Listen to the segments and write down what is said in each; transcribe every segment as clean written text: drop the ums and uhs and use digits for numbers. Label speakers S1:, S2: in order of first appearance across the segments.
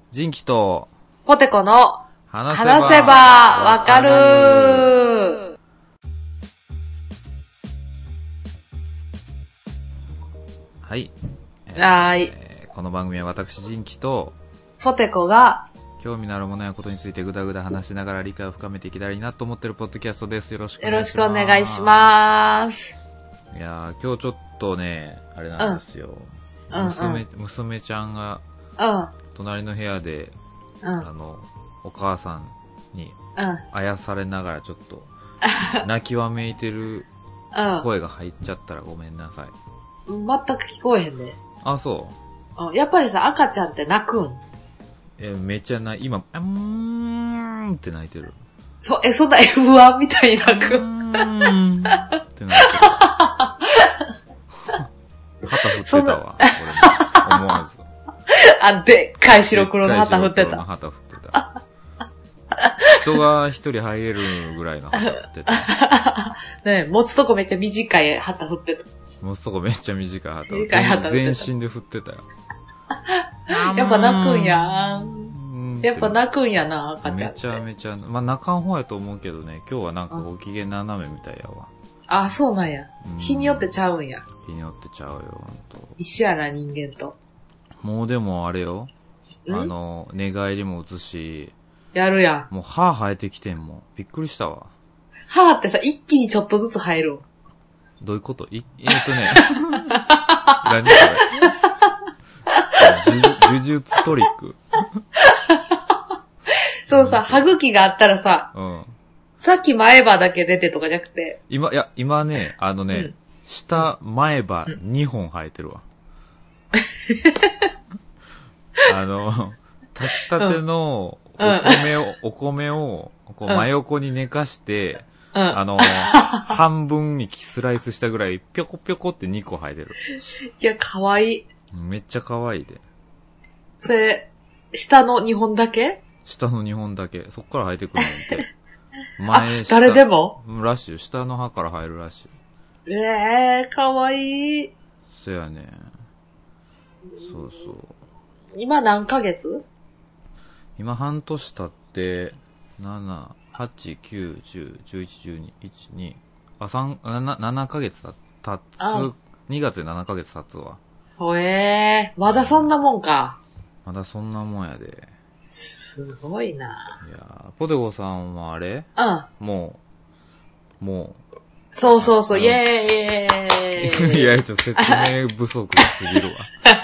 S1: 人気と
S2: ポテコの
S1: 話
S2: せばわかる。
S1: はい。この番組は私人気と
S2: ポテコが
S1: 興味のあるものやことについてぐだぐだ話しながら理解を深めていけたらいいなと思っているポッドキャストです。よろしくお願いします。
S2: よろしくお願いします。
S1: いやー、今日ちょっとね、あれなんですよ。娘ちゃんが隣の部屋で、お母さんにあやされながらちょっと泣きわめいてる声が入っちゃったらごめんなさい。
S2: 全く聞こえへんね。
S1: あ、そう。
S2: やっぱりさ、赤ちゃんって泣くん？
S1: めっちゃ今、って泣いてる。
S2: そんな F1 みたいに泣く。
S1: って泣いてる。旗振ってたわ、俺も。思わず。
S2: でっかい白黒の旗振ってた。
S1: 旗振ってた。人が一人入れるぐらいの旗振ってた。
S2: ね、持つとこめっちゃ短い旗振ってた。
S1: 持つとこめっちゃ短い旗振ってた。全身で振ってたよ。
S2: やっぱ泣くんや。やっぱ泣くんやな、赤ちゃんって。
S1: めちゃめちゃ、まあ泣かん方やと思うけどね、今日はなんかご機嫌斜めみたいやわ。
S2: あ、そうなんや。日によってちゃうんや。
S1: 日によってちゃうよ、ほんと。
S2: 一緒やな、人間と。
S1: もうでもあれよ。寝返りも打つし。
S2: やるやん。
S1: もう歯生えてきてんもん。びっくりしたわ。
S2: 歯ってさ、一気にちょっとずつ生えるん。
S1: どういうこと何それ呪術トリック。
S2: そうさ、歯茎があったらさ、さっき前歯だけ出てとかじゃなくて。
S1: 今ね、下前歯2本生えてるわ。炊きたてのお米をこう真横に寝かして、半分にスライスしたぐらい、ぴょこぴょこって2個生えてる。
S2: いや、かわいい。
S1: めっちゃかわいいで。
S2: それ、下の2本だけ？
S1: 下の2本だけ。そっから生えてくるんで。
S2: 誰でも？
S1: らしいよ。下の歯から生えるらしい。
S2: かわいい。
S1: そやね。そうそう。
S2: 今何ヶ月？
S1: 今半年経って、7、8、9、10、11、12、1、2、7ヶ月経つ。2月で7ヶ月経つわ。
S2: まだそんなもんか。
S1: まだそんなもんやで。
S2: すごいな。
S1: いやポテゴさんはあれ？もう。
S2: そう、イエーイ。
S1: いや、ちょっと説明不足すぎる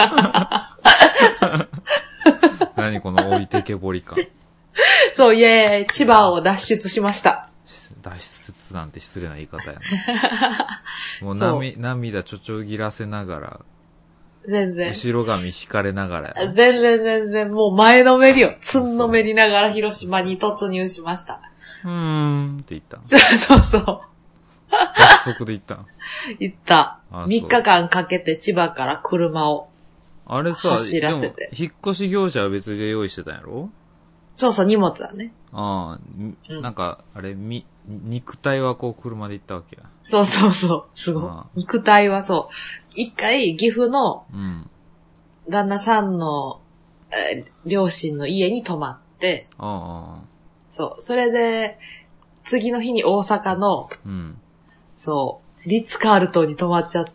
S1: わ。何この置いてけぼり感。
S2: そう、イエーイ。千葉を脱出しました。
S1: 脱出なんて失礼な言い方やな。もう涙ちょちょぎらせながら。
S2: 全然。
S1: 後ろ髪引かれながらや。
S2: 全然。もう前のめりを、つんのめりながら広島に突入しました。
S1: って言った。
S2: そう。
S1: 約束で行ったん？
S2: 行った。3日間かけて千葉から車を走らせて。
S1: 引っ越し業者は別で用意してたんやろ？
S2: そう、荷物はね。
S1: なんか、あれ、肉体はこう車で行ったわけや。
S2: そう。すごい。肉体はそう。一回、岐阜の、旦那さんの、両親の家に泊まって、そう。それで、次の日に大阪の、そう、リッツカールトンに泊まっちゃった。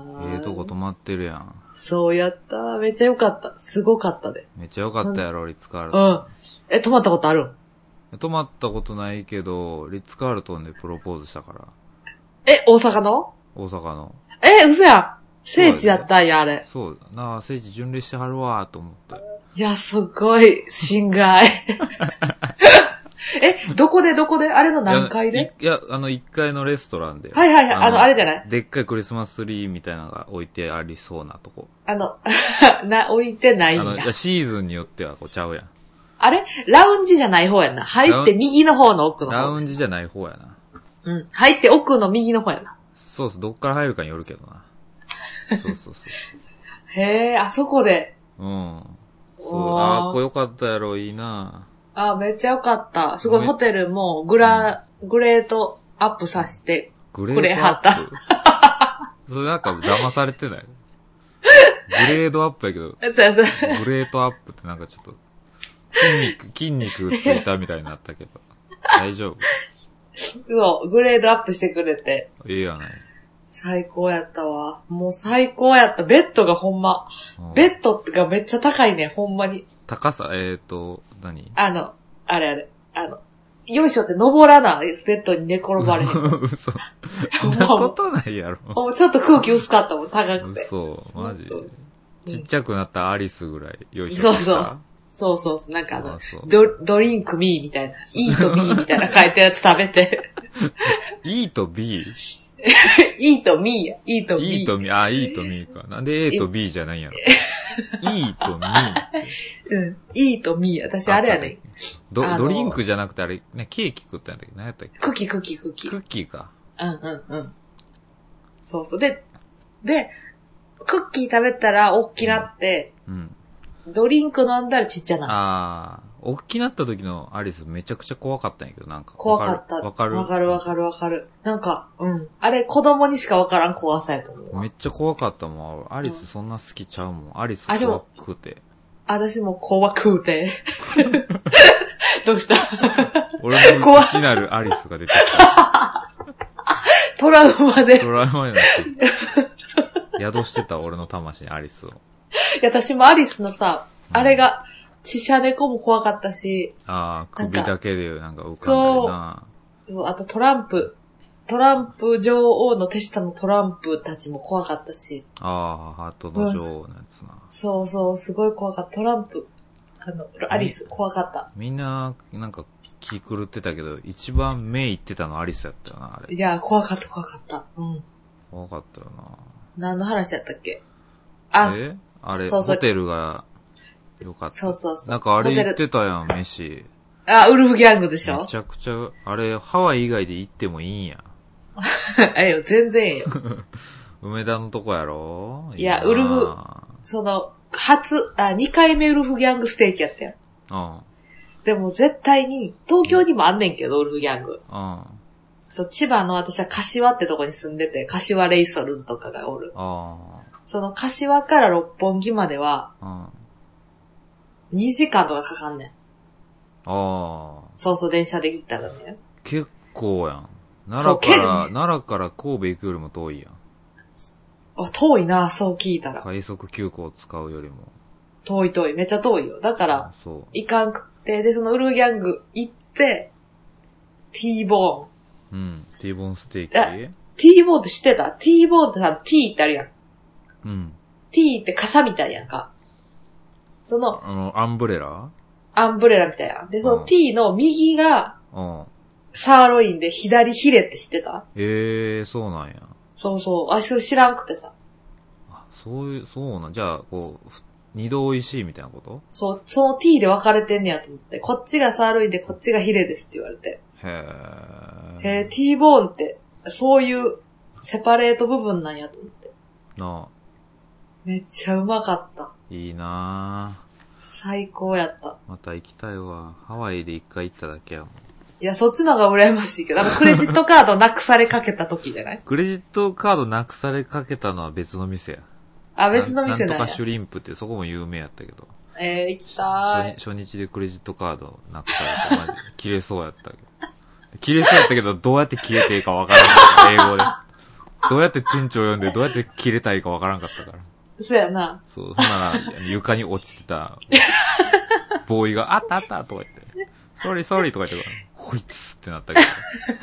S1: とこ泊まってるやん。
S2: そうやった。めっちゃよかった。すごかったで。
S1: めっちゃよかったやろ、リッツカールトン。
S2: 泊まったことあるん？
S1: 泊まったことないけど、リッツカールトンでプロポーズしたから。
S2: 大阪の？
S1: 大阪の。
S2: 嘘やん。聖地やったんや、あれ。
S1: そうだな、聖地巡礼してはるわーと思って。
S2: いや、すごい、心外。どこであれの何階で？
S1: いや、1階のレストランで。
S2: はい、あれじゃない？
S1: でっかいクリスマスツリーみたいなのが置いてありそうなとこ。
S2: 置いてないんや。
S1: シーズンによってはこうちゃうやん。
S2: あれラウンジじゃない方やな。入って右の方の奥の方。
S1: ラウンジじゃない方やな。
S2: 入って奥の右の方やな。
S1: そう、どっから入るかによるけどな。そう。
S2: へー、あそこで。
S1: そう、これよかったやろ、いいな。
S2: めっちゃよかった。すごいホテルもグレートアップさせてくれはった。
S1: それなんか騙されてない？グレードアップやけど。
S2: そう。
S1: グレートアップってなんかちょっと。 筋肉ついたみたいになったけど。大丈夫？
S2: そう、グレードアップしてくれて。
S1: いいやない。
S2: 最高やったわ。もう最高やった。ベッドがほんま。ベッドがめっちゃ高いね、ほんまに。
S1: 高さ、何？
S2: あれ。よいしょって登らな、ベッドに寝転ばれへん。
S1: 嘘。そんなことないやろ。
S2: ちょっと空気薄かったもん、高くて。
S1: そう、マジ。ちっちゃくなったアリスぐらい、よいしょ。
S2: そう。なんかドリンクミーみたいな。E と B みたいな書いたやつ食べて。
S1: E と B？
S2: E と Me や。E と B。
S1: E と Me。あ、E と Me か。なんで A と B じゃないんやろ。E と Me。
S2: うん。E と Me。私あれやね。
S1: ドリンクじゃなくてあれ、ね、ケーキ食ったんだけど、何やったっけ？
S2: クッキー。クッ
S1: キーか。
S2: うん。そう。で、クッキー食べたら大きなって、ドリンク飲んだらちっちゃな。
S1: ああ、大きなった時のアリスめちゃくちゃ怖かったんやけど、なんか。
S2: 怖かった。わかる。なんか、あれ子供にしかわからん怖さやと思う。
S1: めっちゃ怖かったもん。アリスそんな好きちゃうもん。アリス怖くて。
S2: 私も怖くて。どうした？
S1: 俺の内なるアリスが出てきた。
S2: トラウマで。
S1: トラウマになって。宿してた俺の魂にアリスを。い
S2: や、私もアリスのさ、あれが、チシャ猫も怖かったし。
S1: ああ、首だけでなんか浮かんでるな。
S2: そう。あとトランプ女王の手下のトランプたちも怖かったし。
S1: ああ、ハートの女王のやつな。
S2: そう、すごい怖かった。トランプ、アリス、怖かった。
S1: みんな、なんか、気狂ってたけど、一番目いってたのアリスやったよな、あれ。
S2: いや、怖かった。うん。
S1: 怖かったよな。
S2: 何の話やったっけ？
S1: あれホテルが、よかった。
S2: そう。
S1: なんかあれ言ってたやん、飯。
S2: あ、ウルフギャングでしょ？
S1: めちゃくちゃ、あれ、ハワイ以外で行ってもいいんや。
S2: あれよ、全然よ。
S1: 梅田のとこやろ？
S2: いや、ウルフ、2回目ウルフギャングステーキやったよ。でも絶対に、東京にもあんねんけど、ウルフギャング。そう、千葉の私は柏ってとこに住んでて、柏レイソルズとかがおる。その柏から六本木までは、2時間とかかかんねん。そう、電車で行ったらね。
S1: 結構やん。奈良から神戸行くよりも遠いやん。
S2: 遠いな、そう聞いたら。
S1: 快速急行を使うよりも。
S2: 遠い、めっちゃ遠いよ。だから、行かんくて、で、そのウルフギャング行って、T ボーン。
S1: T ボーンステーキ？
S2: T ボーンって知ってた？ T ボーンってさ、T ってあるや
S1: ん。
S2: T って傘みたいやんか。
S1: アンブレラ
S2: みたいな。で、その T の右が、サーロインで左ヒレって知ってた？
S1: そうなんや。
S2: そう。それ知らんくてさ。
S1: そうなん。じゃあ、二度美味しいみたいなこと？
S2: そう、その T で分かれてんねやと思って。こっちがサーロインでこっちがヒレですって言われて。T ボーンって、そういうセパレート部分なんやと思って。めっちゃうまかった。
S1: いいなぁ。
S2: 最高やった。
S1: また行きたいわ。ハワイで一回行っただけやもん。
S2: いや、そっちの方が羨ましいけど、クレジットカードなくされかけた時じゃない？
S1: クレジットカードなくされかけたのは別の店や。
S2: 別の店なんや。
S1: なんとかシュリンプってそこも有名やったけど。
S2: 行きたい。
S1: 初日でクレジットカードなくされて、マジで切れそうやったけど。切れそうやったけど、どうやって切れていいかわからなかった、英語で。どうやって店長読んで、どうやって切れたらいいかわからんかったから。
S2: そうやな。
S1: そう、ほんなら、床に落ちてた、ボーイが、あったとか言って、ソリとか言って、こいつってなったけど。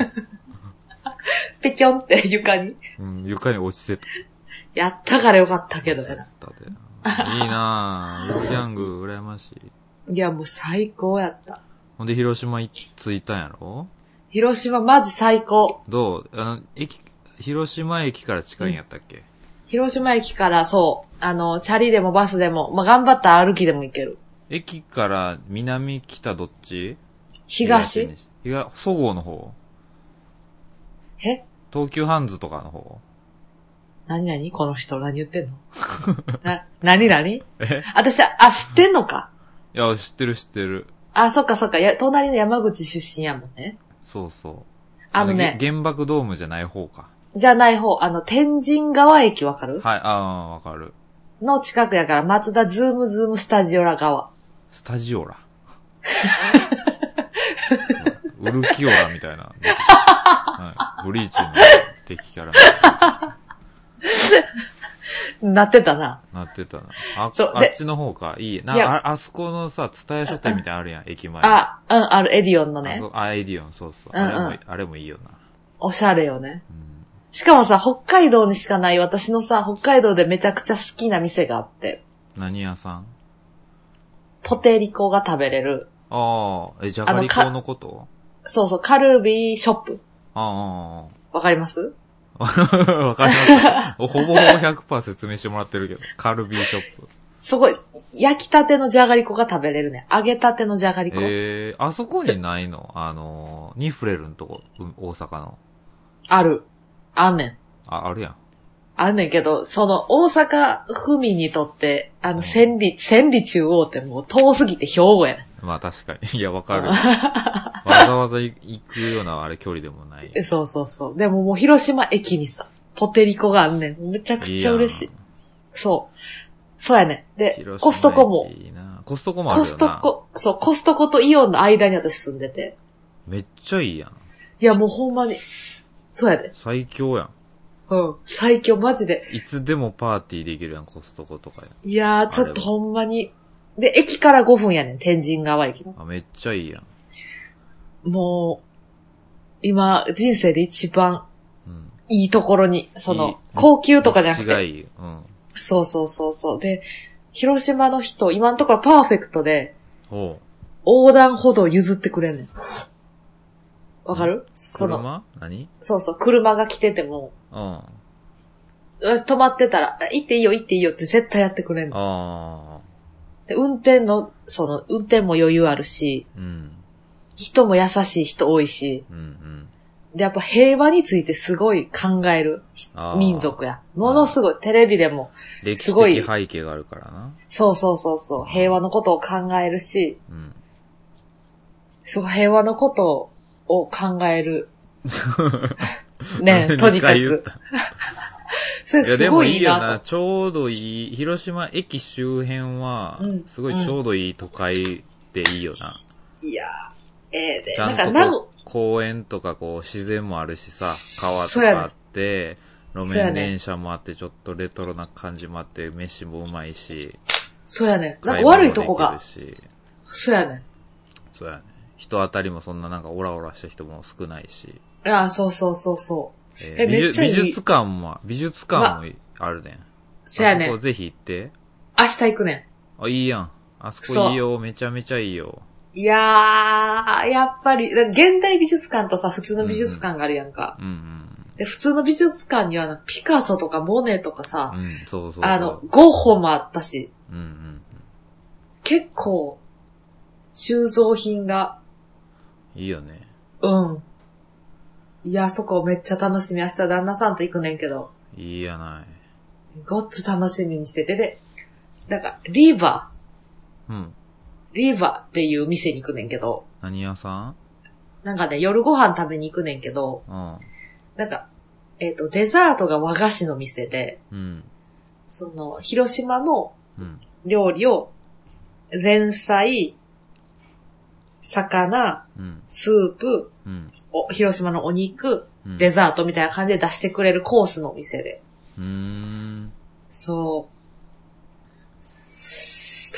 S2: ペチョンって床に。
S1: 床に落ちてた。
S2: やったからよかったけどやな。
S1: いいなぁ。ウルフギャング、羨ましい。
S2: いや、もう最高やった。
S1: ほんで、広島着いたんやろ？
S2: 広島マジ最高。
S1: どう？広島駅から近いんやったっけ？
S2: 広島駅からそう、チャリでもバスでも、頑張ったら歩きでも行ける。
S1: 駅から南北どっち？
S2: 東？
S1: そごうの方？東急ハンズとかの方？
S2: 何この人何言ってんの？何私、知ってんのか？
S1: いや、知ってる。
S2: そっか。隣の山口出身やもんね。
S1: そう。
S2: 原
S1: 爆ドームじゃない方か。
S2: じゃない方、天神川駅わかる？
S1: はい、わかる。
S2: の近くやから、松田ズームスタジオラ側。
S1: スタジオラ？ ウルキオラみたいな。はい、ブリーチの敵キャラみたい
S2: な。なってたな。
S1: なってたな。あっちの方か。いい。あそこのさ、ツタヤ書店みたいなのあるやん、駅前。
S2: ある、エディオンのね。
S1: エディオン、そうそう。あれもいいよな。
S2: おしゃれよね。しかもさ、北海道にしかない私のさ、北海道でめちゃくちゃ好きな店があって。
S1: 何屋さん？
S2: ポテリコが食べれる。
S1: じゃがりこのこと？
S2: そうそう、カルビーショップ。わかります？
S1: わかります。ほぼほぼ 100% 説明してもらってるけど。カルビーショップ。
S2: そこ、焼きたてのじゃがりこが食べれるね。揚げたてのじゃがりこ。
S1: あそこにないの？ニフレルのとこ、大阪の。
S2: ある。あんねん。
S1: あるやん。
S2: あんねんけど、その大阪府民にとって、千里中央ってもう遠すぎて兵庫やね
S1: ん。まあ確かに。いや、わかる。わざわざ行くような距離でもない。
S2: そうそうそう。でももう広島駅にさ、ポテリコがあんねん。めちゃくちゃ嬉しい。そう。そうやねん。で、コストコも。
S1: コストコもあるよな。
S2: コストコとイオンの間に私住んでて。
S1: めっちゃいいやん。
S2: いや、もうほんまに。そうやで。
S1: 最強やん。
S2: 最強、マジで。
S1: いつでもパーティーできるやん、コストコとかや。
S2: いやー、ちょっとほんまに。で、駅から5分やねん、天神川駅の。
S1: めっちゃいいや
S2: ん。もう、今、人生で一番、いいところに、高級とかじゃなくて。
S1: 違い、
S2: そうそうそうそう。で、広島の人、今のところパーフェクトで、横断歩道譲ってくれんねん。わかる？
S1: 車？何？
S2: そうそう、車が来てても、止まってたら、行っていいよ行っていいよって絶対やってくれんの。で、運転も余裕あるし、人も優しい人多いし、で、やっぱ平和についてすごい考える民族や。ものすごい、テレビでも、すごい。
S1: 歴史的背景があるからな。
S2: そうそうそうそう、平和のことを考えるし、すごい平和のことを考える。ね、とにかく。それすごいいいなと。いやでもいいよな、
S1: ちょうどいい、広島駅周辺は、すごいちょうどいい都会でいいよな。
S2: いや
S1: で。ちゃんと公園とか自然もあるしさ、川とかあって、路面電車もあって、ちょっとレトロな感じもあって、飯もうまいし。
S2: そうやね。なんか悪いとこが。そうやね。
S1: そうやね。人当たりもそんななんかオラオラした人も少ないし。
S2: いや、そうそうそうそう。
S1: 美術館もあるねん。
S2: そうやね。
S1: そこぜひ行って。
S2: 明日行くね
S1: ん。いいやん。あそこいいよ。めちゃめちゃいいよ。
S2: いやー、やっぱり、現代美術館とさ、普通の美術館があるやんか。で、普通の美術館にはピカソとかモネとかさ、
S1: そうそう
S2: ゴッホもあったし、結構、収蔵品が。
S1: いいよね。
S2: いや、そこめっちゃ楽しみ。明日旦那さんと行くねんけど。
S1: いいやない。
S2: ごっつ楽しみにしてて。で、なんか、リーバーっていう店に行くねんけど。
S1: 何屋さん？
S2: なんかね、夜ご飯食べに行くねんけど、なんか、デザートが和菓子の店で、広島の料理を、前菜、魚、スープ、広島のお肉、デザートみたいな感じで出してくれるコースのお店で。そう。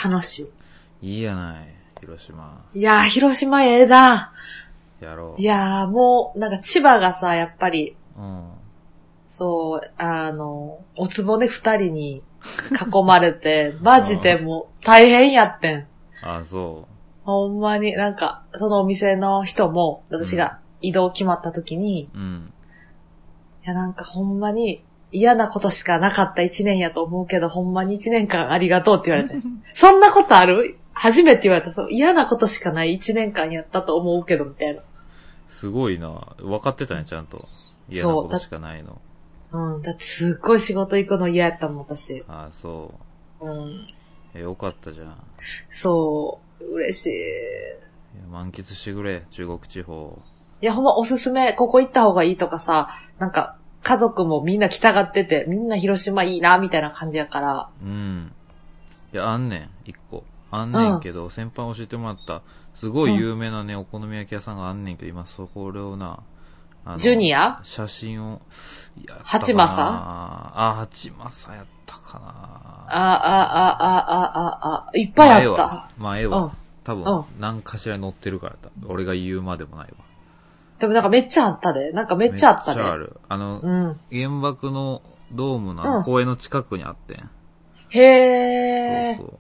S2: 楽し
S1: み。いいやない、広島。
S2: いやー、広島ええだ。
S1: やろう。
S2: いやー、もう、なんか千葉がさ、やっぱり、そう、おつぼね2人に囲まれて、マジでもう大変やってん。
S1: そう。
S2: ほんまに、なんか、そのお店の人も、私が移動決まった時に、いや、なんかほんまに嫌なことしかなかった1年やと思うけど、ほんまに1年間ありがとうって言われて。そんなことある？初めて言われた。そう、嫌なことしかない1年間やったと思うけど、みたいな。
S1: すごいな。分かってたね、ちゃんと。嫌なことしかないの。
S2: だってすっごい仕事行くの嫌やったもん、私。
S1: そう。よかったじゃん。
S2: そう。嬉しい。
S1: 満喫してくれ、中国地方。
S2: いや、ほんまおすすめ、ここ行った方がいいとかさ、なんか、家族もみんな来たがってて、みんな広島いいな、みたいな感じやから。
S1: いや、あんねん、一個。 あんねんけど、先輩教えてもらった、すごい有名なね、お好み焼き屋さんがあんねんけど、今これをな、
S2: ジュニア
S1: 写真を、
S2: 八正
S1: 八正やったかな。
S2: いっぱいあった。
S1: まあ、ええわ。多分、何かしら載ってるから俺が言うまでもないわ。
S2: でもなんかめっちゃあったで。なんかめっちゃあったで。
S1: めっちゃある。原爆のドームの公園の近くにあってん。
S2: へー。そう。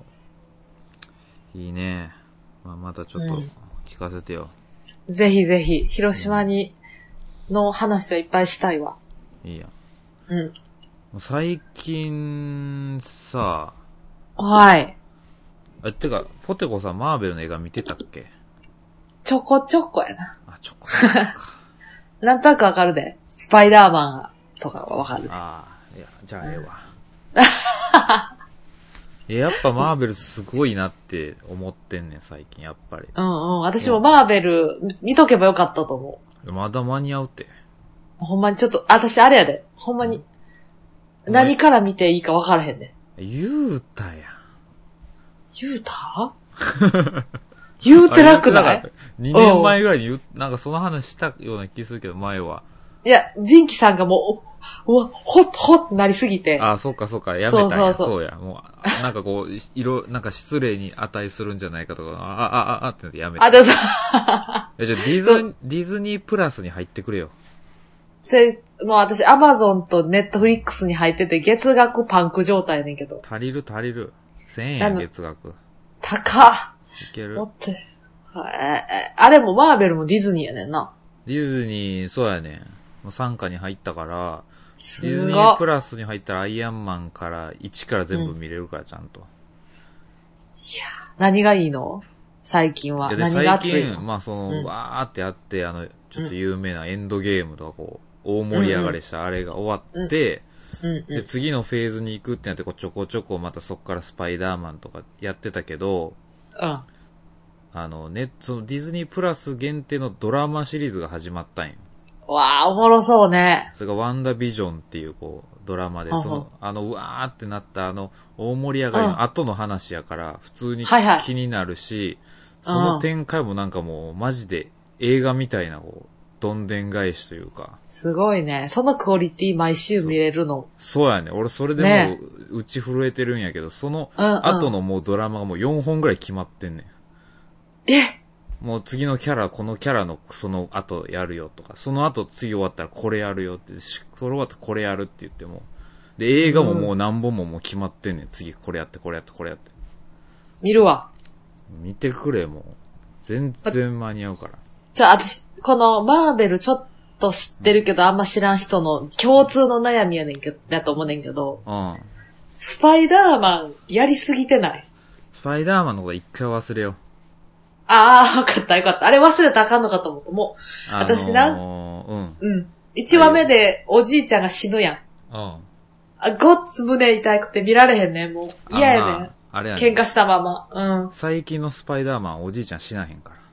S1: いいね。まあ、またちょっと聞かせてよ。
S2: ぜひぜひ、広島の話はいっぱいしたいわ。
S1: いいや。最近さ。
S2: はい。
S1: てか、ポテコさんマーベルの映画見てたっけ？
S2: ちょこちょこやな。
S1: ちょこちょこか。
S2: なんとなくわかるで。スパイダーマンとかはわかるで。
S1: いや、じゃあええわ。やっぱマーベルすごいなって思ってんねん、最近、やっぱり。
S2: 私もマーベル見とけばよかったと思
S1: う。まだ間に合うって。
S2: ほんまにちょっと、私あれやで。ほんまに。何から見ていいかわからへんで。
S1: 言うたやん。
S2: 言うた言うてなくない
S1: ?2 年前ぐらいになんかその話したような気するけど、前は。
S2: いや、ジンキさんがもう、ほってなりすぎて。
S1: そうか、やめたんや。そうや。もう、なんかこう、なんか失礼に値するんじゃないかとか、ってなってやめた。じゃあディズニープラスに入ってくれよ。
S2: もう私、アマゾンとネットフリックスに入ってて、月額パンク状態やねんけど。
S1: 足りる。1000円月額。
S2: 高っ。
S1: いける。
S2: 持って。あれもマーベルもディズニーやねんな。
S1: ディズニー、そうやねん。もう傘下に入ったから、ディズニープラスに入ったらアイアンマンから1から全部見れるから、ちゃんと。い
S2: や、何がいいの最近は。何が熱いの？
S1: 最近、わーってあって、ちょっと有名なエンドゲームとか大盛り上がりしたあれが終わって、で、次のフェーズに行くってなって、ちょこちょこまたそっからスパイダーマンとかやってたけど、そのディズニープラス限定のドラマシリーズが始まったんよ。
S2: わー、おもろそうね。
S1: それがワンダービジョンっていうドラマで、うわーってなった大盛り上がりの後の話やから、普通に気になるし、その展開もなんかもう、マジで映画みたいな、どんでん返しというか。
S2: すごいね。そのクオリティ毎週見れるの。
S1: そうやね。俺それでもう、打ち震えてるんやけど、その後のもうドラマがもう4本ぐらい決まってんねん。もう次のキャラ、このキャラのその後やるよとか、その後次終わったらこれやるよって、それ終わったらこれやるって言っても、で、映画ももう何本ももう決まってんねん。次これやって。
S2: 見るわ。
S1: 見てくれ、もう。全然間に合うから。
S2: 私、このマーベルちょっと知ってるけど、あんま知らん人の共通の悩みやねんけど、だと思うねんけど、スパイダーマンやりすぎてない？
S1: スパイダーマンのこと一回忘れよう。
S2: わかった。あれ忘れたらあかんのかと思った。もう、私な、1話目でおじいちゃんが死ぬやん。ごっつ胸痛くて見られへんねん、もう。嫌やねん。
S1: あれやね
S2: ん。喧嘩したまま。
S1: 最近のスパイダーマンおじいちゃん死なへんから。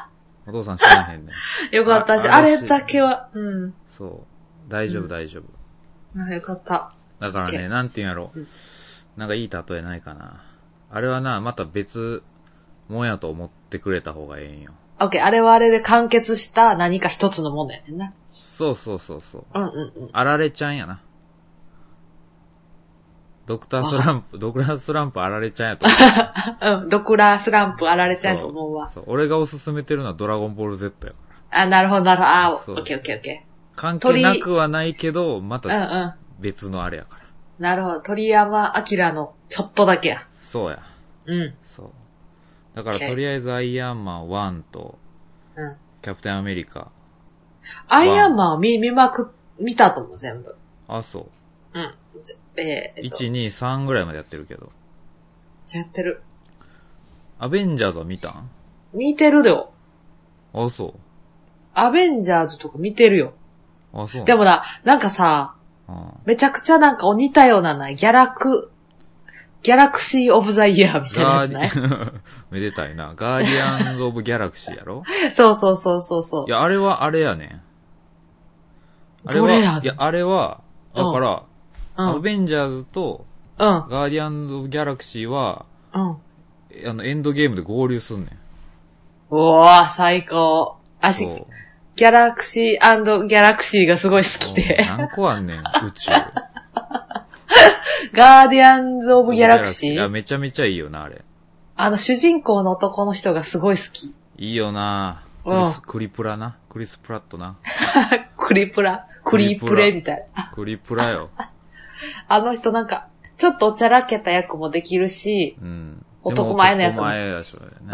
S1: お父さん死なへんね
S2: ん。よかったし、あれだけは、
S1: そう。大丈夫。
S2: よかった。
S1: だからね、なんていうんやろ。なんかいい例えないかな。あれはな、また別もんやと思ってくれた方がええんよ。
S2: オッケー、あれはあれで完結した何か一つのものやねんな。
S1: そう。あられちゃんやな。ドクタースランプあられちゃんやと
S2: 思う。ドクラースランプあられちゃんやと思うわ。
S1: そう。俺がおすすめてるのはドラゴンボール Z やから。
S2: なるほど。オッケー。
S1: 関係なくはないけど、また別のあれやから。
S2: なるほど。鳥山明のちょっとだけや。
S1: そうや。そう。だからとりあえずアイアンマン1と、キャプテンアメリカ。
S2: アイアンマンは見たと思う、全部。
S1: そう。
S2: 1、
S1: 2、3ぐらいまでやってるけど。
S2: やってる。
S1: アベンジャーズは見たん？
S2: 見てるよ。
S1: そう。
S2: アベンジャーズとか見てるよ。
S1: そう。
S2: でもなんかさ、めちゃくちゃなんか似たようなギャラクシー・オブ・ザ・イヤーみたいなやつね。
S1: めでたいな。ガーディアンズ・オブ・ギャラクシーやろ？
S2: そう。
S1: いや、あれはあれやねん。
S2: どれやねん。
S1: いや、あれは、だから、アベンジャーズと、
S2: ガ
S1: ーディアンズ・オブ・ギャラクシーは、
S2: うん。
S1: エンドゲームで合流すんねん。
S2: おー、最高。ギャラクシー&ギャラクシーがすごい好きで。
S1: 何個あんねん、宇宙。
S2: ガーディアンズ・オブ・ギャラクシー。
S1: いや、めちゃめちゃいいよな、あれ。
S2: 主人公の男の人がすごい好き。
S1: いいよなクリプラな。クリス・プラットな。
S2: クリプレみたいな。
S1: クリプラよ。
S2: あの人なんか、ちょっとおちゃらけた役もできるし、
S1: うん。
S2: 男前の役も。
S1: 男前やしね。
S2: うん。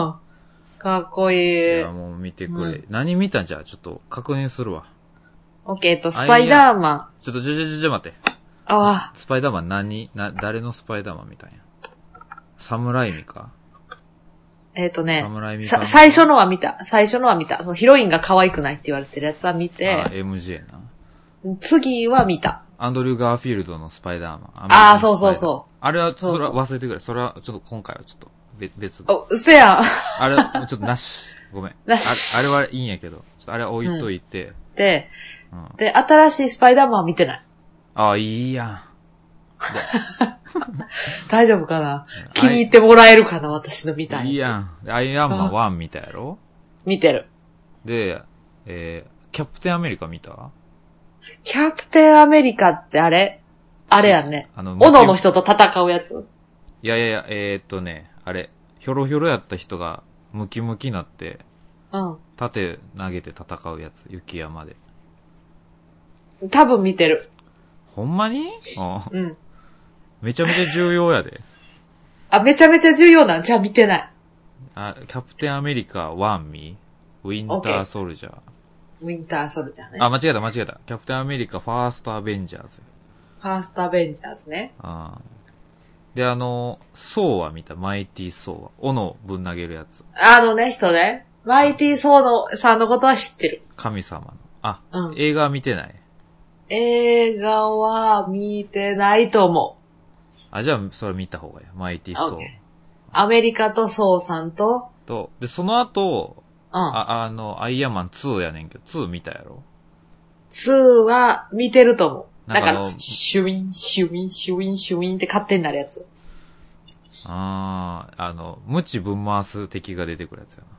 S2: かっこいい。
S1: いや、もう見てくれ。何見たんじゃちょっと確認するわ。
S2: オッケースパイダーマン。
S1: ちょっと、待って。
S2: ああ。
S1: スパイダーマン誰のスパイダーマンみたいな。サムライミか
S2: サムライミ最初のは見た。そのヒロインが可愛くないって言われてるやつは見て。
S1: MJ な。
S2: 次は見た。
S1: アンドリュー・ガーフィールドのスパイダーマ
S2: ン。そう。
S1: あれは、それは忘れてくれ。それは、ちょっと今回はちょっと別
S2: で。うせやん。
S1: あれは、ちょっとなし。ごめん。なし。あれはいいんやけど。ちょっとあれは置いといて。
S2: で、新しいスパイダーマンは見てない。
S1: ああ、いいやん。
S2: 大丈夫かな気に入ってもらえるかな私のみたいに。
S1: いいやん。アイアンマン1見たやろ
S2: 見てる。
S1: で、キャプテンアメリカ見た
S2: キャプテンアメリカってあれやんね。斧の人と戦うやつ
S1: いや、あれ、ひょろひょろやった人がムキムキになって、盾投げて戦うやつ、雪山で。
S2: 多分見てる。
S1: ほんまに
S2: うん。
S1: めちゃめちゃ重要やで。
S2: めちゃめちゃ重要なんじゃあ見てない。
S1: キャプテンアメリカ1見ウィンターソルジャー。
S2: ウィンターソルジャーね。
S1: 間違えた。キャプテンアメリカファーストアベンジャーズ。
S2: ファーストアベンジャーズね。
S1: で、ソーは見た。マイティーソーは。斧ぶん投げるやつ。
S2: 人ね。マイティーソーさんのことは知ってる。
S1: 神様の。映画は見てない。
S2: 映画は見てないと思
S1: う。じゃあ、それ見た方がいい。マイティーソー。
S2: アメリカとソーさんと、
S1: で、その後、アイアンマン2やねんけど、2見たやろ
S2: ?2 は見てると思う。だから、シュウィン、シュウィン、シュウィン、シュウィンって勝手になるやつ。
S1: 無知ぶん回す敵が出てくるやつやな。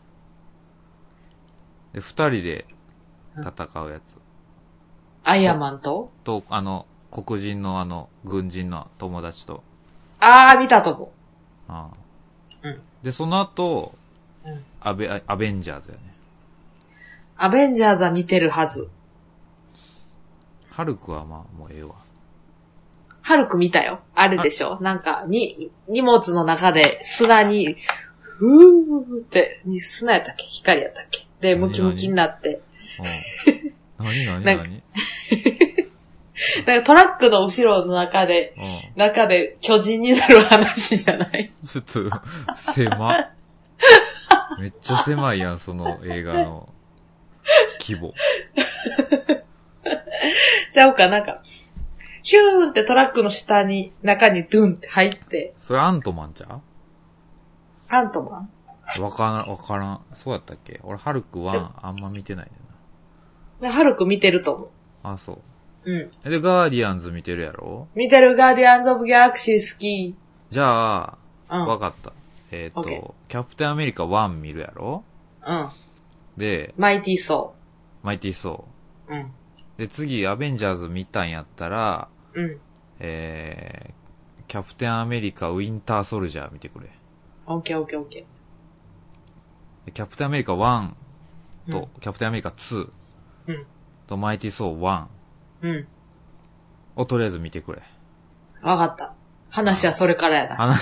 S1: で、二人で戦うやつ。
S2: アイアンマンと
S1: 黒人の軍人の友達と。
S2: 見たと思う。
S1: で、その後、アベンジャーズやね。
S2: アベンジャーズは見てるはず。
S1: ハルクはもうええわ。
S2: ハルク見たよ。あれでしょなんか、荷物の中で砂に、ふーって、砂やったっけ光やったっけで、ムキムキになって。
S1: 何
S2: なんかトラックの後ろの中で巨人になる話じゃない
S1: ちょっと、狭。めっちゃ狭いやん、その映画の規模。
S2: ちゃうか、なんか、ヒューンってトラックの中にドゥンって入って。
S1: それアントマンちゃう？
S2: アントマン？
S1: わからん。そうやったっけ？俺、ハルクはあんま見てないね
S2: んな。ハルク見てると思
S1: う。そう。
S2: で、
S1: ガーディアンズ見てるやろ？
S2: 見てる。ガーディアンズ・オブ・ギャラクシー好き。
S1: じゃあ、わかった。キャプテンアメリカ1見るやろ？で、
S2: マイティー・ソ
S1: ー。で、次、アベンジャーズ見たんやったら、キャプテンアメリカウィンターソルジャー見てくれ。
S2: オッケー。
S1: キャプテンアメリカ1と、キャプテンアメリカ2とマイティー・ソー1をとりあえず見てくれ。
S2: わかった。話はそれからやな。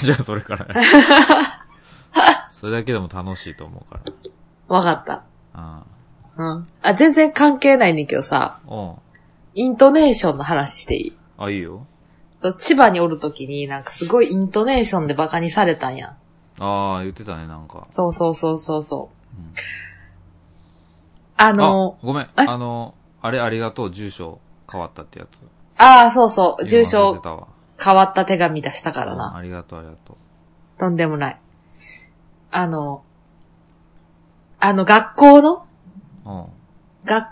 S1: それだけでも楽しいと思うから。
S2: わかった。全然関係ないねんけどさ。イントネーションの話していい？
S1: いいよ。
S2: 千葉におるときになんかすごいイントネーションでバカにされたんや。
S1: 言ってたね、なんか。
S2: そう。
S1: ごめん。ありがとう、住所変わったってやつ。
S2: そう。住所変わった手紙出したからな。
S1: ありがとう。
S2: とんでもない。学校の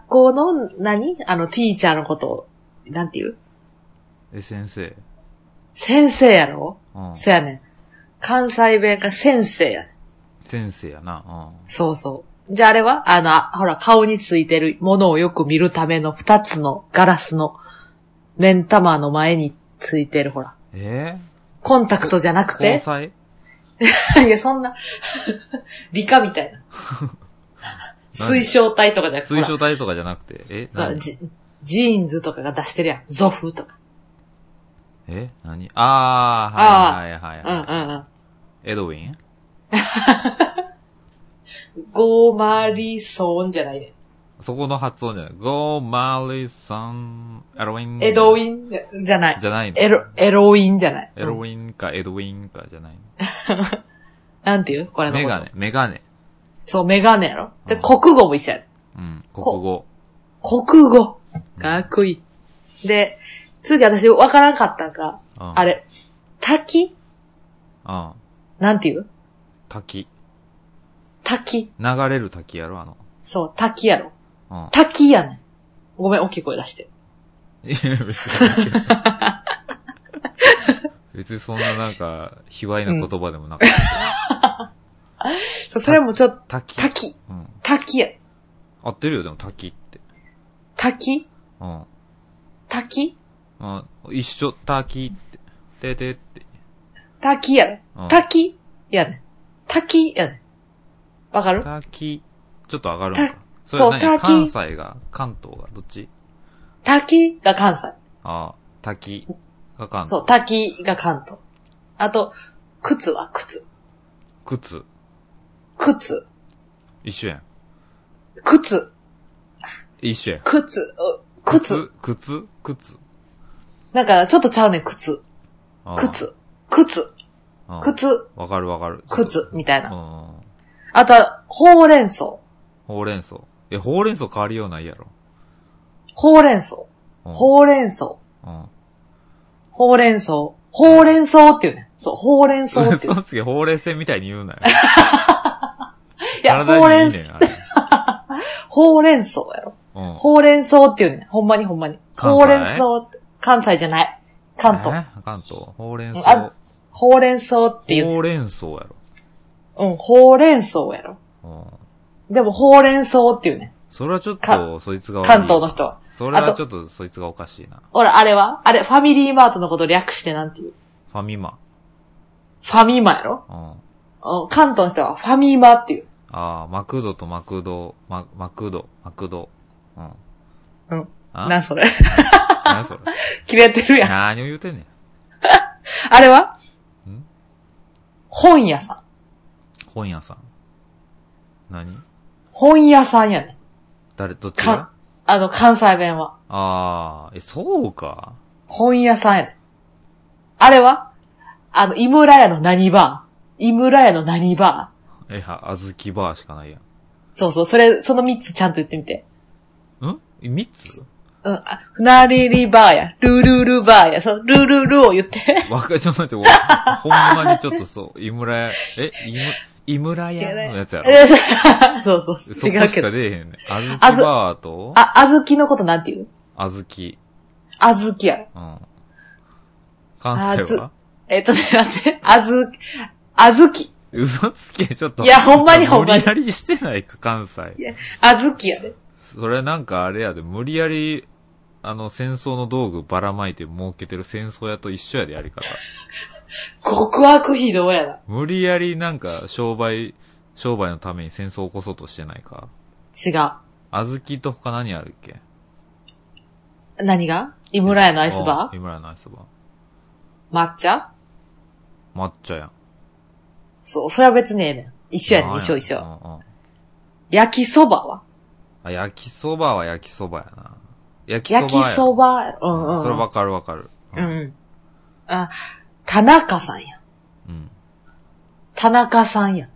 S2: 何？ティーチャーのことを、なんて言う？
S1: 先生。
S2: 先生やろ？そやねん。関西弁が先生やねん。
S1: 先生やな。
S2: そうそう。じゃああれはほら、顔についてるものをよく見るための二つのガラスの目ん玉の前についてるほら。コンタクトじゃなくて？
S1: 交
S2: 際いや、そんな、理科みたいな。水晶体とかじゃなくて。
S1: 水晶体とかじゃなくて。
S2: ジーンズとかが出してるやん。ゾフとか。
S1: 何？はいはいはい。エドウィン？
S2: ゴーマリソンじゃないね。
S1: そこの発音じゃない。ゴーマリソン、エドウィン。
S2: エドウィンじゃない。
S1: じゃないの。
S2: エロウィンじゃない。
S1: エロウィンかエドウィンかじゃない
S2: の。なんていうこれのこと。
S1: メガネ。
S2: そう、メガネやろ。で、国語も一緒やる。
S1: 国語。
S2: 国語。かっこいい。で、次私わからんかったんか。あれ、滝？なんていう
S1: 滝。
S2: 滝。
S1: 流れる滝やろ
S2: そう、滝やろ。滝やねん。ごめん、大きい声出して。
S1: いや、別にそんななんか、卑猥な言葉でもなかった。
S2: そう、それもちょっと、
S1: 滝。
S2: 滝や。
S1: 合ってるよ、でも滝って。
S2: 滝？滝？
S1: 一緒、滝って。てって。
S2: 滝やろ。滝やねん。滝やねん。わかる？
S1: 滝。ちょっと上がるのか。そう、滝。関西が、関東が、どっち？
S2: 滝が関西。
S1: 滝が関東。
S2: そう、滝が関東。あと、靴は靴。靴。
S1: 一緒やん。
S2: 靴。
S1: 一緒やん。
S2: 靴。なんか、ちょっとちゃうねん、靴。靴。
S1: わかる。
S2: 靴、みたいな。あとは、ほうれん草。
S1: ほうれん草変わりようないやろ。
S2: ほうれん草っていうね。そう、ほうれん草っていう。
S1: その次、ほうれい線みたいに言うなよ。
S2: いや、ほうれん草やろ。ほうれん草っていうね。ほんまに。ほうれん草って。関西じゃない。関東。
S1: 関東。ほうれん草。
S2: ほうれん草っていう。
S1: ほうれん草やろ。
S2: ほうれん草やろ。でも、ほうれん草っていうね。
S1: それはちょっと、そいつが悪い。
S2: 関東の人は。
S1: それはちょっと、そいつがおかしいな。
S2: ほら、あれ、ファミリーマートのこと略してなんていう？
S1: ファミマ
S2: やろ？関東の人はファミマっていう。
S1: マクドとマクド。
S2: なんそれ
S1: 何それ
S2: 切れてるやん。
S1: 何を言うてんねん。
S2: あれは？本屋さん。
S1: 何？
S2: 本屋さんやねん。
S1: どっちが？
S2: 関西弁は。
S1: そうか。
S2: 本屋さんやねん。あれは？井村屋の何バー？
S1: あずきバーしかないやん。
S2: そう、その3つちゃんと言ってみて。
S1: 3つ？
S2: ふなりりバーや、ルルルバーや、そう、ルルルを言って。
S1: ちょっと待って、ほんまにちょっとそう、井村屋のやつやろ。
S2: そう、違うけど。
S1: そこしか出えへんね。あずきバーと
S2: あずきのことなんて言う？
S1: あずきやろ。関西は？
S2: 待って、あずき。
S1: 嘘つけ、ちょっと。
S2: いや、ほんまに。
S1: 無理やりしてないか、関西。
S2: いや、あずきやで。
S1: それなんかあれやで、無理やり、戦争の道具ばらまいて儲けてる戦争屋と一緒やで、やり方。
S2: 極悪非道やな。
S1: 無理やりなんか、商売のために戦争を起こそうとしてないか。
S2: 違う。
S1: あずきと他何あるっけ？
S2: 何が？井村屋のアイスバー？
S1: 井村屋のアイスバ
S2: ー。抹茶
S1: やん。
S2: そう、それは別にええねん。一緒やねん、一緒。焼きそばは？
S1: 焼きそばは焼きそばやな。
S2: 焼きそばや。
S1: それわかる。
S2: 田中さんや。田中さんや。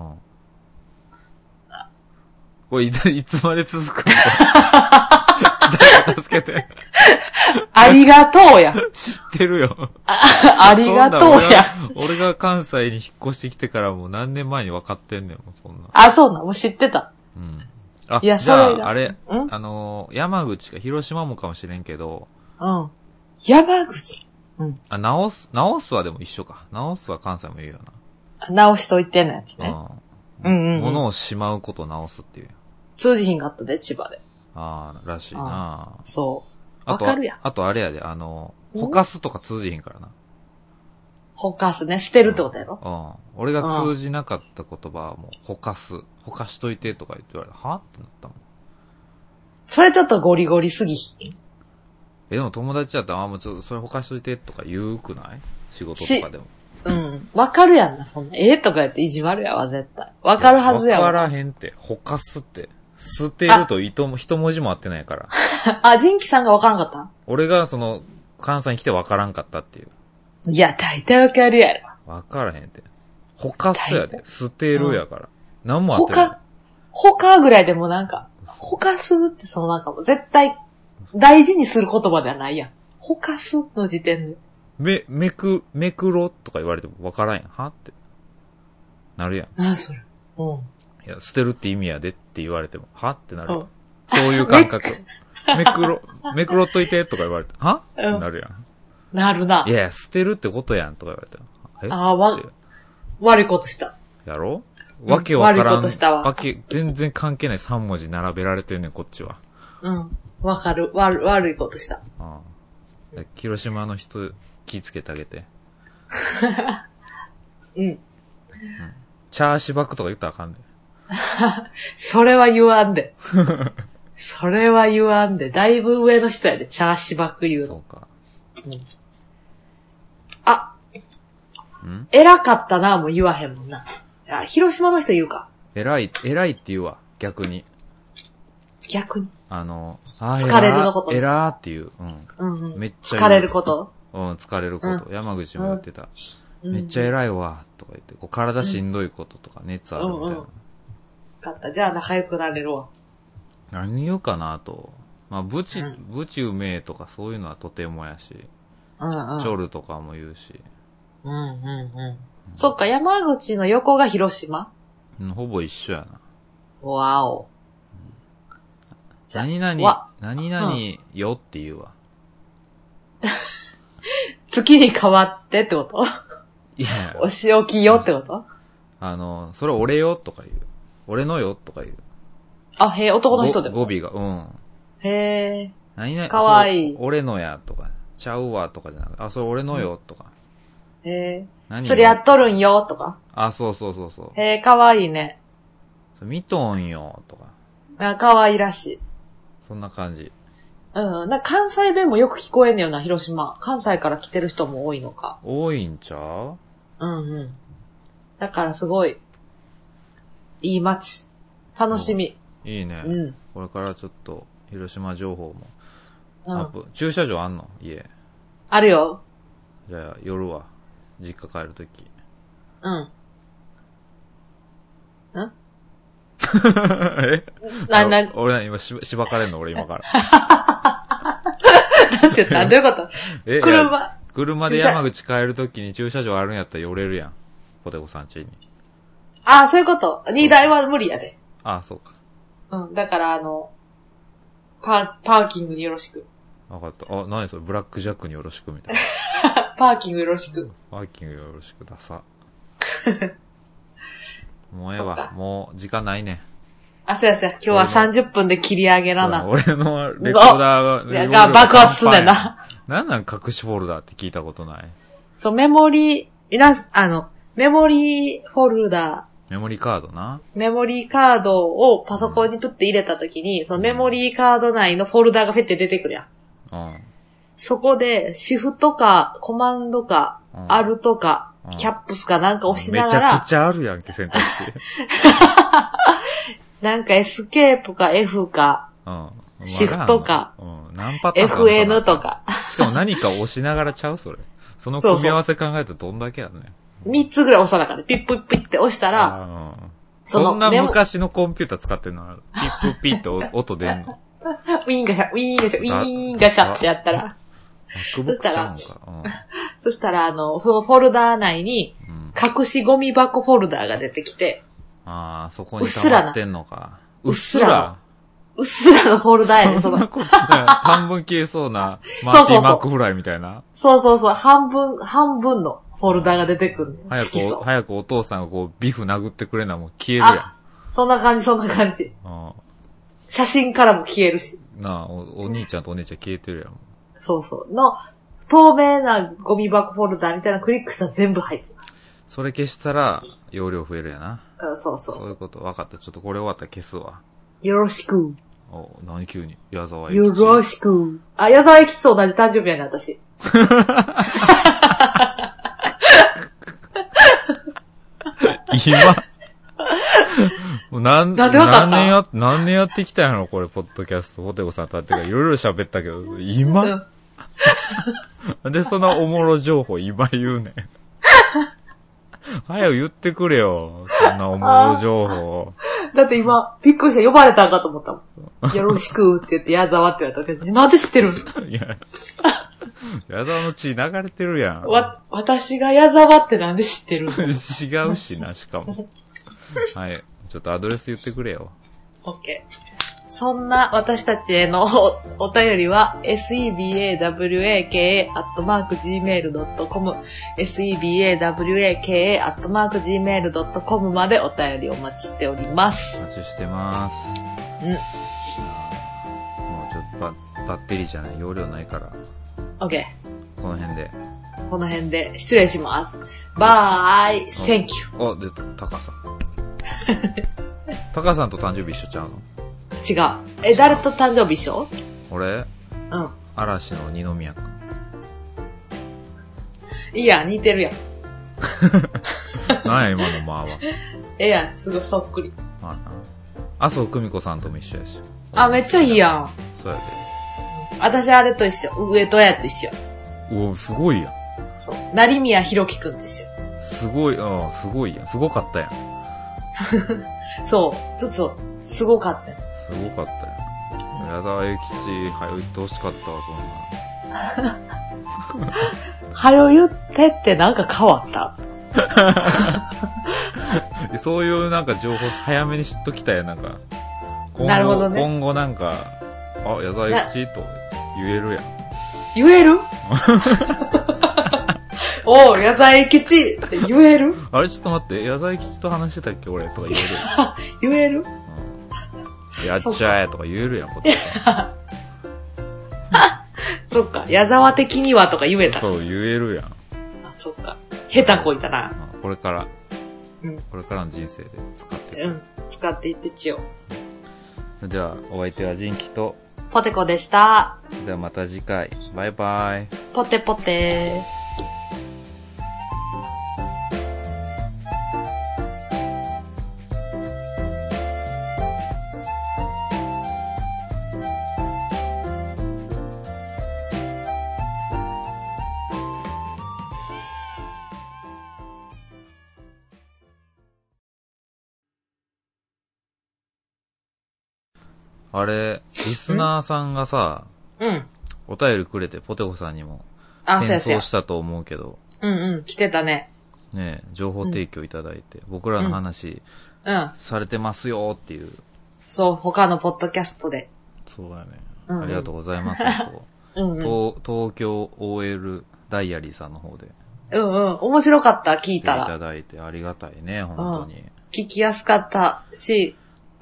S1: これいつまで続くの？誰か助けて。
S2: ありがとうや。
S1: 知ってるよ。
S2: ありがとうや。
S1: 俺が関西に引っ越してきてからもう何年前に分かってんねん、そんな。
S2: そうなの？もう知ってた。
S1: いや、じゃあ、あれ、山口か広島もかもしれんけど。
S2: 山口？ うん。
S1: あ、直すはでも一緒か。直すは関西も言うよ
S2: 直しといてのやつね。
S1: 物をしまうことを直すっていう。
S2: 通じひんかったで、千葉で。
S1: ああ、らしいな。
S2: そう。わかるやん。
S1: あとあれやで、ほかすとか通じひんからな。
S2: ほかすね。捨てるってことやろ？
S1: 俺が通じなかった言葉はもう、ほかす。ほかしといてとか言って言われた。はってなったもん。
S2: それちょっとゴリゴリすぎひん？
S1: でも友達だったら、もうちょっとそれほかしといてとか言うくない？仕事とかでも。
S2: うん。わかるやんな、そんな。とか言って意地悪やわ、絶対。わかるはずやわ。
S1: わからへんって。ほかすって。捨てると一文字も合ってないから。
S2: あ、ジンキさんがわからんかった？
S1: 俺が関西に来てわからんかったっていう。
S2: いや、大体わかるやろ。
S1: わからへんって。ほかすやで。捨てるやから。何も合ってない。
S2: ほかぐらいでもなんか、ほかすってなんかもう絶対大事にする言葉ではないやん。ほかすの時点で。
S1: めくろとか言われてもわからんやん。はって。なるやん。
S2: なそれ。うん。
S1: いや、捨てるって意味やでって言われても、はってなるやん。そういう感覚。めくろっといてとか言われて、はってなるやん。
S2: なるな。
S1: いや、捨てるってことやんとか言われたら。
S2: 悪いことした。
S1: やろ？わけわからん。
S2: 悪いことしたわ。
S1: 全然関係ない3文字並べられてんねん、こっちは。
S2: うん。わかる。悪いことした。
S1: 広島の人、気ぃつけてあげて。
S2: うん。
S1: チャーシバクとか言ったらあかんで。
S2: それは言わんで。それは言わんで。だいぶ上の人やで、チャーシバク言うの。
S1: そうか。
S2: うん。偉かったな、もう言わへんもんな。広島の人言うか。
S1: 偉いって言うわ、逆に。
S2: 逆に
S1: 疲
S2: れるのこと。
S1: 偉って言う。めっちゃ
S2: 疲れること。
S1: 疲れること。山口も言ってた。めっちゃ偉いわ、とか言って。体しんどいこととか、熱あるみたいな。
S2: 分かった。じゃあ仲良くなれるわ。
S1: 何言うかなと。まあ、ブチうめえとかそういうのはとてもやし。チョルとかも言うし。
S2: そっか、山口の横が広島？
S1: ほぼ一緒やな。
S2: わお。
S1: 何々よって言うわ。
S2: 月に変わってってこと？いや。お仕置きよってこと？
S1: それ俺よとか言う。俺のよとか言う。
S2: あ、へえ、男の人でも。
S1: 語尾が、
S2: へえ。
S1: 何々、
S2: かわいい。
S1: 俺のやとか、ちゃうわとかじゃなくて、それ俺のよとか。
S2: へえ。それやっとるんよとか。
S1: そう。
S2: へえ、かわいいね。
S1: 見とんよとか。
S2: かわいらしい。
S1: そんな感じ。
S2: 関西弁もよく聞こえんねよな、広島。関西から来てる人も多いのか。
S1: 多いんちゃう？
S2: だからすごい、いい街。楽しみ。
S1: いいね。これからちょっと、広島情報も。駐車場あんの？家。
S2: あるよ。
S1: じゃあ、夜は、実家帰るとき。俺今しばかれんの俺今から。
S2: なんて言った？どういうこと？
S1: 車で山口帰るときに駐車場あるんやったら寄れるやん。ポテコさん家に。
S2: そういうこと。2台は無理やで。
S1: そうか。
S2: だからパーキングによろしく。
S1: わかった。何それブラックジャックによろしくみたいな。
S2: パーキングよろしく。
S1: パーキングよろしくださ。もうええわ。もう時間ないね。
S2: そうや。今日は30分で切り上げらな。
S1: 俺のレコーダー
S2: が爆発すんだよな。
S1: なん隠しフォルダーって聞いたことない。
S2: そう、メモリーフォルダー。
S1: メモリーカードな。
S2: メモリーカードをパソコンにプッて入れたときに、そのメモリーカード内のフォルダーがフェって出てくるやん。そこで、シフトか、コマンドか、アルトか、キャップスかなんか押しながら。
S1: めちゃくちゃあるやんけ、選択肢。
S2: なんかエスケープか F か、シフトか、
S1: 何パターンか
S2: FN とか。
S1: しかも何か押しながらちゃうそれ。その組み合わせ考えたらどんだけやね。
S2: 3つぐらい押さなかった。ピップッピッって押したら、
S1: そんな昔のコンピューター使ってんの？ピップッピッって音出んの？
S2: ウィーンガシャ、ウィーンガシャ、ウィーンガシャってやったら、そしたら、そのフォルダー内に、隠しゴミ箱フォルダーが出てきて、
S1: そこに溜まってんのか。うっすら
S2: うっすらのフォルダやね、
S1: そんなことない。半分消えそうな、マーティー・マックフライみたいな。
S2: そうそうそう、半分のフォルダが出てくる。
S1: 早くお父さんがこう、ビフ殴ってくれな、もう消えるやん。
S2: そんな感じ。写真からも消えるし。
S1: なあ、お兄ちゃんとお姉ちゃん消えてるやん。
S2: そうそう。の、透明なゴミ箱フォルダみたいなクリックしたら全部入ってます。
S1: それ消したら、容量増えるやな。
S2: そうそう。
S1: そういうこと。分かった。ちょっとこれ終わったら消すわ。
S2: よろしく。
S1: 何急に矢沢永吉。
S2: よろしく。矢沢永吉と同じ誕生日やね、私。
S1: 何年やってきたんやろ、これ、ポッドキャスト。ポテコさんと会ってからいろいろ喋ったけど、今、で、そのおもろ情報今言うねん。早く言ってくれよ。そんなおもろ情報。
S2: だって今、びっくりした。呼ばれたんかと思ったもん。よろしくって言って、矢沢って言われたけど、なんで知ってる
S1: いや、矢沢の血流れてるやん。
S2: 私が矢沢ってなんで知ってる
S1: 違うしな、しかも。はい。ちょっとアドレス言ってくれよ。
S2: OK。そんな私たちへのお便りは sebawaka@gmail.com sebawaka@gmail.com までお便りお待ちしております。
S1: お待ちしてます。もうちょっとバッテリーじゃない、容量ないから。
S2: OK。
S1: この辺で
S2: 失礼します。バイ、Thank you。
S1: 出た、タカさん。タカさんと誕生日一緒ちゃうの？
S2: 違う。誰と誕生日一緒？
S1: 俺？嵐の二宮くん。
S2: いいや、似てるやん。
S1: なんや今のまあは。
S2: やん、すごいそっくり。
S1: まあな。麻生久美子さんとも一緒やし。
S2: めっちゃいいやん。
S1: そうやで。
S2: 私あれと一緒。上戸彩と一緒。
S1: すごいやん。
S2: そう。成宮弘樹くんと一緒。
S1: すごいやん。すごかったやん。
S2: そう。ちょっと、すごかったやん。
S1: すごかったよ。矢沢永吉、はよ言ってほしかったわ、そんな。
S2: はよ言ってってなんか変わった
S1: そういうなんか情報早めに知っときたい、なんか。
S2: なるほどね。
S1: 今後なんか、矢沢永吉と言えるやん。
S2: 言える矢沢永吉って言える
S1: あれちょっと待って、矢沢永吉と話してたっけ俺とか言える
S2: 言える
S1: やっちゃえとか言えるやん、こっちは。
S2: そっか、矢沢的にはとか言えた。
S1: そう、言えるやん。
S2: そっか。下手こいたな。
S1: これから。これからの人生で使って
S2: 使っていってちよ
S1: う。では、お相手はジンキと
S2: ポテコでした。
S1: ではまた次回。バイバイ。
S2: ポテポテ
S1: あれ、リスナーさんがさ、お便りくれて、ポテコさんにも、転送したと思うけど。
S2: 来てたね。
S1: ねえ、情報提供いただいて、僕らの話、されてますよっていう。
S2: そう、他のポッドキャストで。
S1: そうだね。ありがとうございます。東京 OL ダイアリーさんの方で。
S2: 面白かった、聞いたら。
S1: いただいてありがたいね、本当に。
S2: 聞きやすかったし、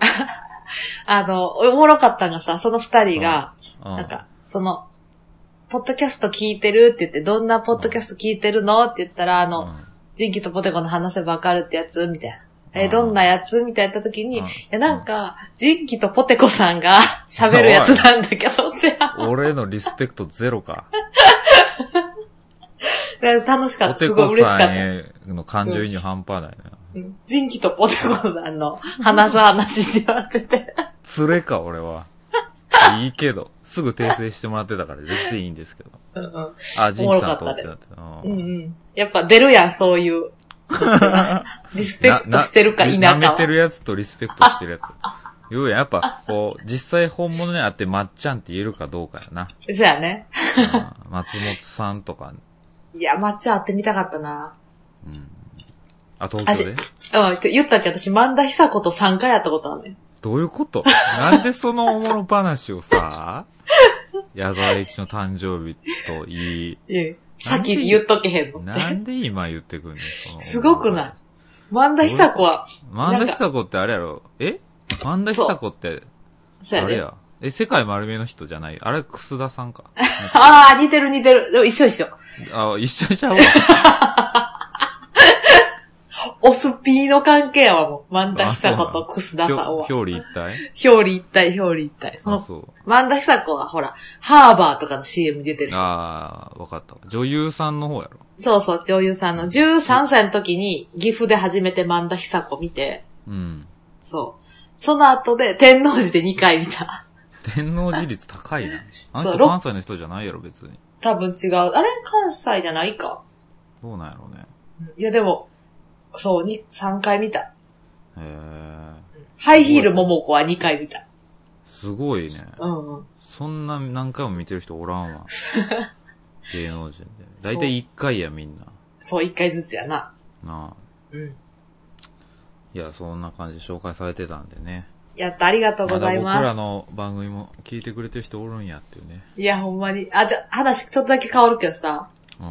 S2: おもろかったのがさ、その二人が、なんか、ポッドキャスト聞いてるって言って、どんなポッドキャスト聞いてるのって言ったら、ジンキとポテコの話せばわかるってやつみたいな。どんなやつみたいな時に、なんか、ジンキとポテコさんが喋るやつなんだけどって。
S1: 俺のリスペクトゼロか。
S2: 楽しかった。すごい嬉しかった。ポテコさん
S1: への感情移入半端ないな。
S2: ジンキとポテコさんの話す話って言われてて。
S1: 連れか、俺は。いいけど。すぐ訂正してもらってたから全然いいんですけど。ジンキさんとってなって。
S2: やっぱ出るやん、そういう。リスペクトしてるか否かは。
S1: 舐めてるやつとリスペクトしてるやつ。言うやん。やっぱ、こう、実際本物にあってまっちゃんって言えるかどうかやな。
S2: そうやね。
S1: 松本さんとか。
S2: いや、まっちゃん会ってみたかったな。
S1: 東京で？
S2: 言ったっけ私、萬田久子と3回やったことあるね。
S1: どういうこと？なんでそのおもろ話をさ、矢沢永吉の誕生日といい。
S2: 先に言っとけへんのって。
S1: なんで今言ってくんねん。
S2: すごくない？萬田久子は。
S1: 萬田久子ってあれやろ？萬田久子って、あれや。世界丸見えの人じゃない？あれ、楠田さんか。
S2: ああ、似てる。でも一緒。
S1: 一緒ちゃうわ。
S2: オスピーの関係やわ、もう。萬田久子と楠田さんは。
S1: 表裏一体。
S2: その、萬田久子はほら、ハーバーとかの CM 出てる。
S1: ああ、わかった。女優さんの方やろ。
S2: そう、女優さんの。13歳の時に岐阜で初めて萬田久子見て。
S1: うん。
S2: そう。その後で天王寺で2回見た。
S1: 天王寺率高いな。あの人関西の人じゃないやろ、別に。
S2: 多分違う。あれ関西じゃないか。
S1: どうなんやろうね。
S2: いやでも、そう、3回見た。
S1: へえ。
S2: ハイヒール桃子は2回見た。
S1: すごいね。
S2: うん。
S1: そんな何回も見てる人おらんわ。芸能人で。だいたい1回や、みんな。
S2: そう、1回ずつやな。
S1: なあ。
S2: うん。
S1: いや、そんな感じで紹介されてたんでね。
S2: やった、ありがとうございます。
S1: まだ僕らの番組も聞いてくれてる人おるんやっていうね。
S2: いや、ほんまに。話ちょっとだけ変わるけどさ。うん。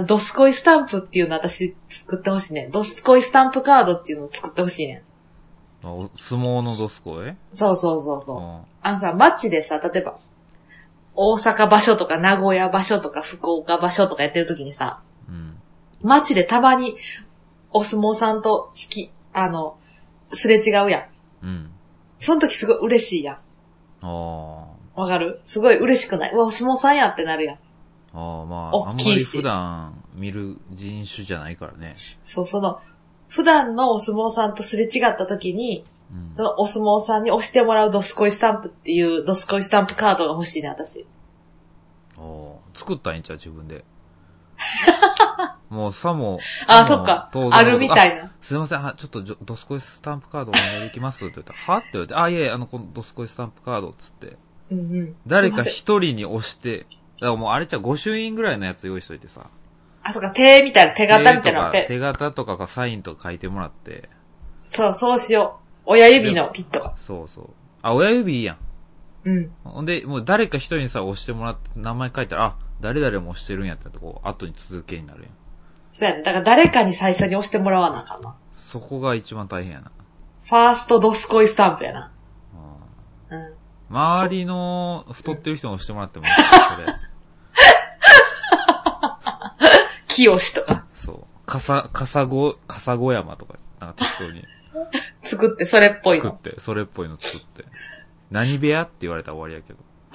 S2: ドスコイスタンプっていうの私作ってほしいね。ドスコイスタンプカードっていうのを作ってほしいね。
S1: 相撲のドスコイ？
S2: そう。うん、さ、街でさ、例えば、大阪場所とか名古屋場所とか福岡場所とかやってる時にさ、うん。街でたまにお相撲さんとすれ違うやん。うん。その時すごい嬉しいやん。わかる？すごい嬉しくない？お相撲さんやってなるやん。
S1: まあ、あんまり普段見る人種じゃないからね。
S2: そう、普段のお相撲さんとすれ違った時に、うん、そのお相撲さんに押してもらうドスコイスタンプっていうドスコイスタンプカードが欲しいね、私。
S1: 作ったんやんちゃう、自分で。もうさも、
S2: そっか。あるみたいな。
S1: すいません、ちょっとドスコイスタンプカードお願いできますって言ったら、はって言われて、いえ、このドスコイスタンプカードっつって。うんうん。誰か一人に押して、だからもうあれじゃ御朱印ぐらいのやつ用意しといてさ。
S2: そっか、手みたいな、手形みたいな。
S1: 手形とかサインとか書いてもらって。
S2: そうしよう。親指のピットが。
S1: そう。親指いいやん。
S2: うん。
S1: ほんで、もう誰か一人にさ、押してもらって名前書いたら、誰々も押してるんやったら、こう、後に続けになるやん。
S2: そうやね。だから誰かに最初に押してもらわなあかんな。
S1: そこが一番大変やな。
S2: ファーストドスコイスタンプやな。
S1: うん。周りの太ってる人に押してもらってもいい
S2: 清しとか。
S1: そう。笠子山とか、なんか適当に。
S2: 作って、それっぽいの。
S1: それっぽいの作って。何部屋って言われたら終わりやけど。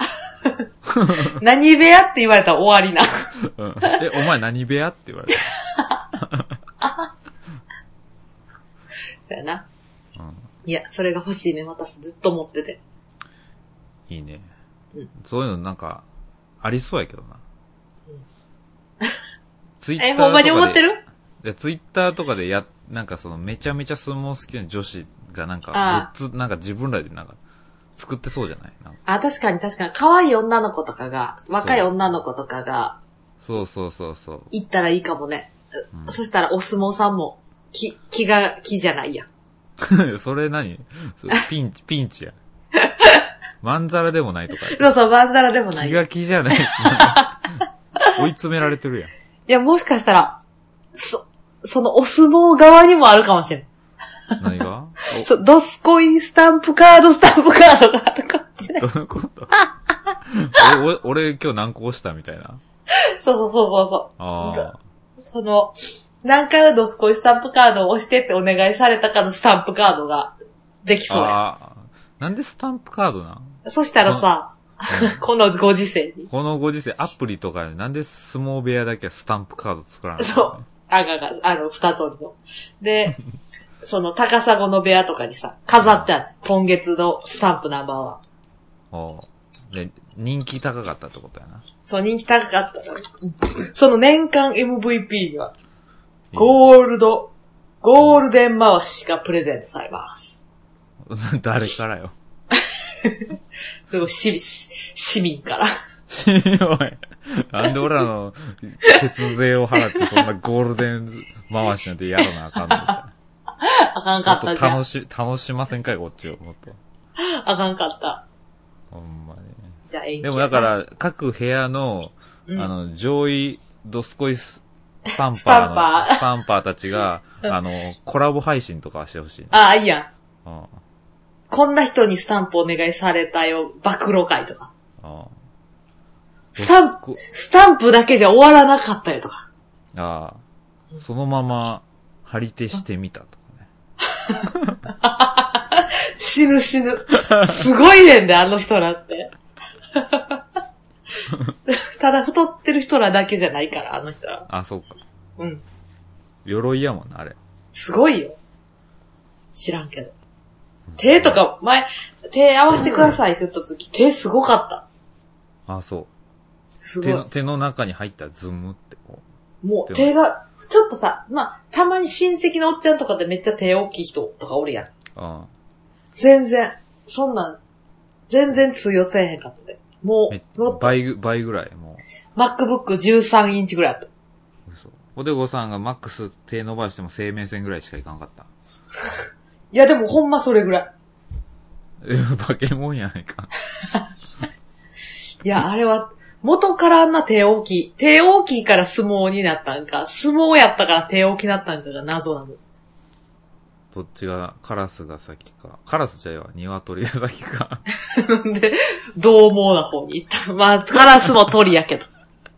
S2: 何部屋って言われたら終わりな。
S1: うん、お前何部屋って言われた。
S2: そうやな。うん。いや、それが欲しいね、私ずっと持ってて。
S1: いいね。うん。そういうのなんか、ありそうやけどな。うん。ツイッターとかで。
S2: ほんまに思ってる？
S1: ツイッターとかでなんかめちゃめちゃ相撲好きな女子がなんか、なんか自分らでなんか、作ってそうじゃない？
S2: 確かに。可愛い女の子とかが、若い女の子とかが、
S1: そう。
S2: 行ったらいいかもね。うん、そしたらお相撲さんも、気じゃないやん。
S1: それ何？ピンチや。まんざらでもないとか。
S2: そう、まんざらでもない。
S1: 気じゃない。追い詰められてるやん。
S2: いや、もしかしたら、そのお相撲側にもあるかもしれん。
S1: 何が？
S2: ドスコイスタンプカードがあるかもしれん。
S1: どういうこと俺今日何個押したみたいな。
S2: そう。何回はドスコイスタンプカードを押してってお願いされたかのスタンプカードができそうや。
S1: なんでスタンプカードなん？
S2: そしたらさ、このご時世に。
S1: このご時世、アプリとかでなんで相撲部屋だけはスタンプカード作らないの？
S2: そう。二通りの。で、高砂の部屋とかにさ、飾ってある。今月のスタンプナンバーは。
S1: で、人気高かったってことやな。
S2: そう、人気高かった。その年間 MVP には、ゴールデン回しがプレゼントされます。
S1: 誰からよ。
S2: すごい、市民から。
S1: おい。なんで俺らの血税を払ってそんなゴールデン回しなんてやらなあかんのじゃん。
S2: あかんかったじゃん。
S1: 楽しませんかい、こっちを、もっと。
S2: あかんかった。
S1: ほんまね。
S2: じゃあ延期。
S1: でもだから、各部屋の、上位ドスコイスタンパーたちが、コラボ配信とかしてほしい、ね。
S2: ああ、いいやん。こんな人にスタンプお願いされたよ、暴露会とか。スタンプだけじゃ終わらなかったよとか。
S1: ああ。そのまま、張り手してみたとかね。
S2: 死ぬ。すごいねんで、あの人らって。ただ太ってる人らだけじゃないから、あの人ら。
S1: あ、そうか。
S2: うん。
S1: 鎧やもんな、あれ。
S2: すごいよ。知らんけど。手とか、手合わせてくださいって言った時、手すごかった。
S1: あ、そう。
S2: すごい。
S1: 手の中に入ったズムってこ
S2: う。もう手が、ちょっとさ、たまに親戚のおっちゃんとかでめっちゃ手大きい人とかおるやん。全然、そんなん、全然通用せえへんかったで。もう、
S1: 倍ぐらい、も
S2: う。MacBook 13インチぐらいあった。
S1: 嘘。おでごさんがマックス手伸ばしても生命線ぐらいしかいかんかった。
S2: いやでもほんまそれぐらい。
S1: 化け物やないか。
S2: いや、あれは、元からあんな手大きいから相撲になったんか、相撲やったから手大きになったんかが謎なの。
S1: どっちが、カラスが先か。カラスちゃうわ、鶏が先か。
S2: で、獰猛な方に行った。カラスも鳥やけど。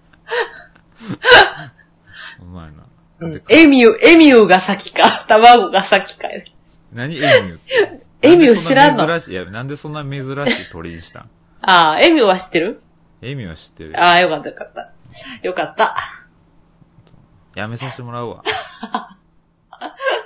S1: うまいな。
S2: エミューが先か、卵が先か。
S1: 何エミューって。
S2: エミュー知らんの？
S1: いや、なんでそんな珍しい鳥にしたん？
S2: ああ、エミューは知ってる？
S1: エミューは知ってる。
S2: ああ、よかった。よかった。
S1: やめさせてもらうわ。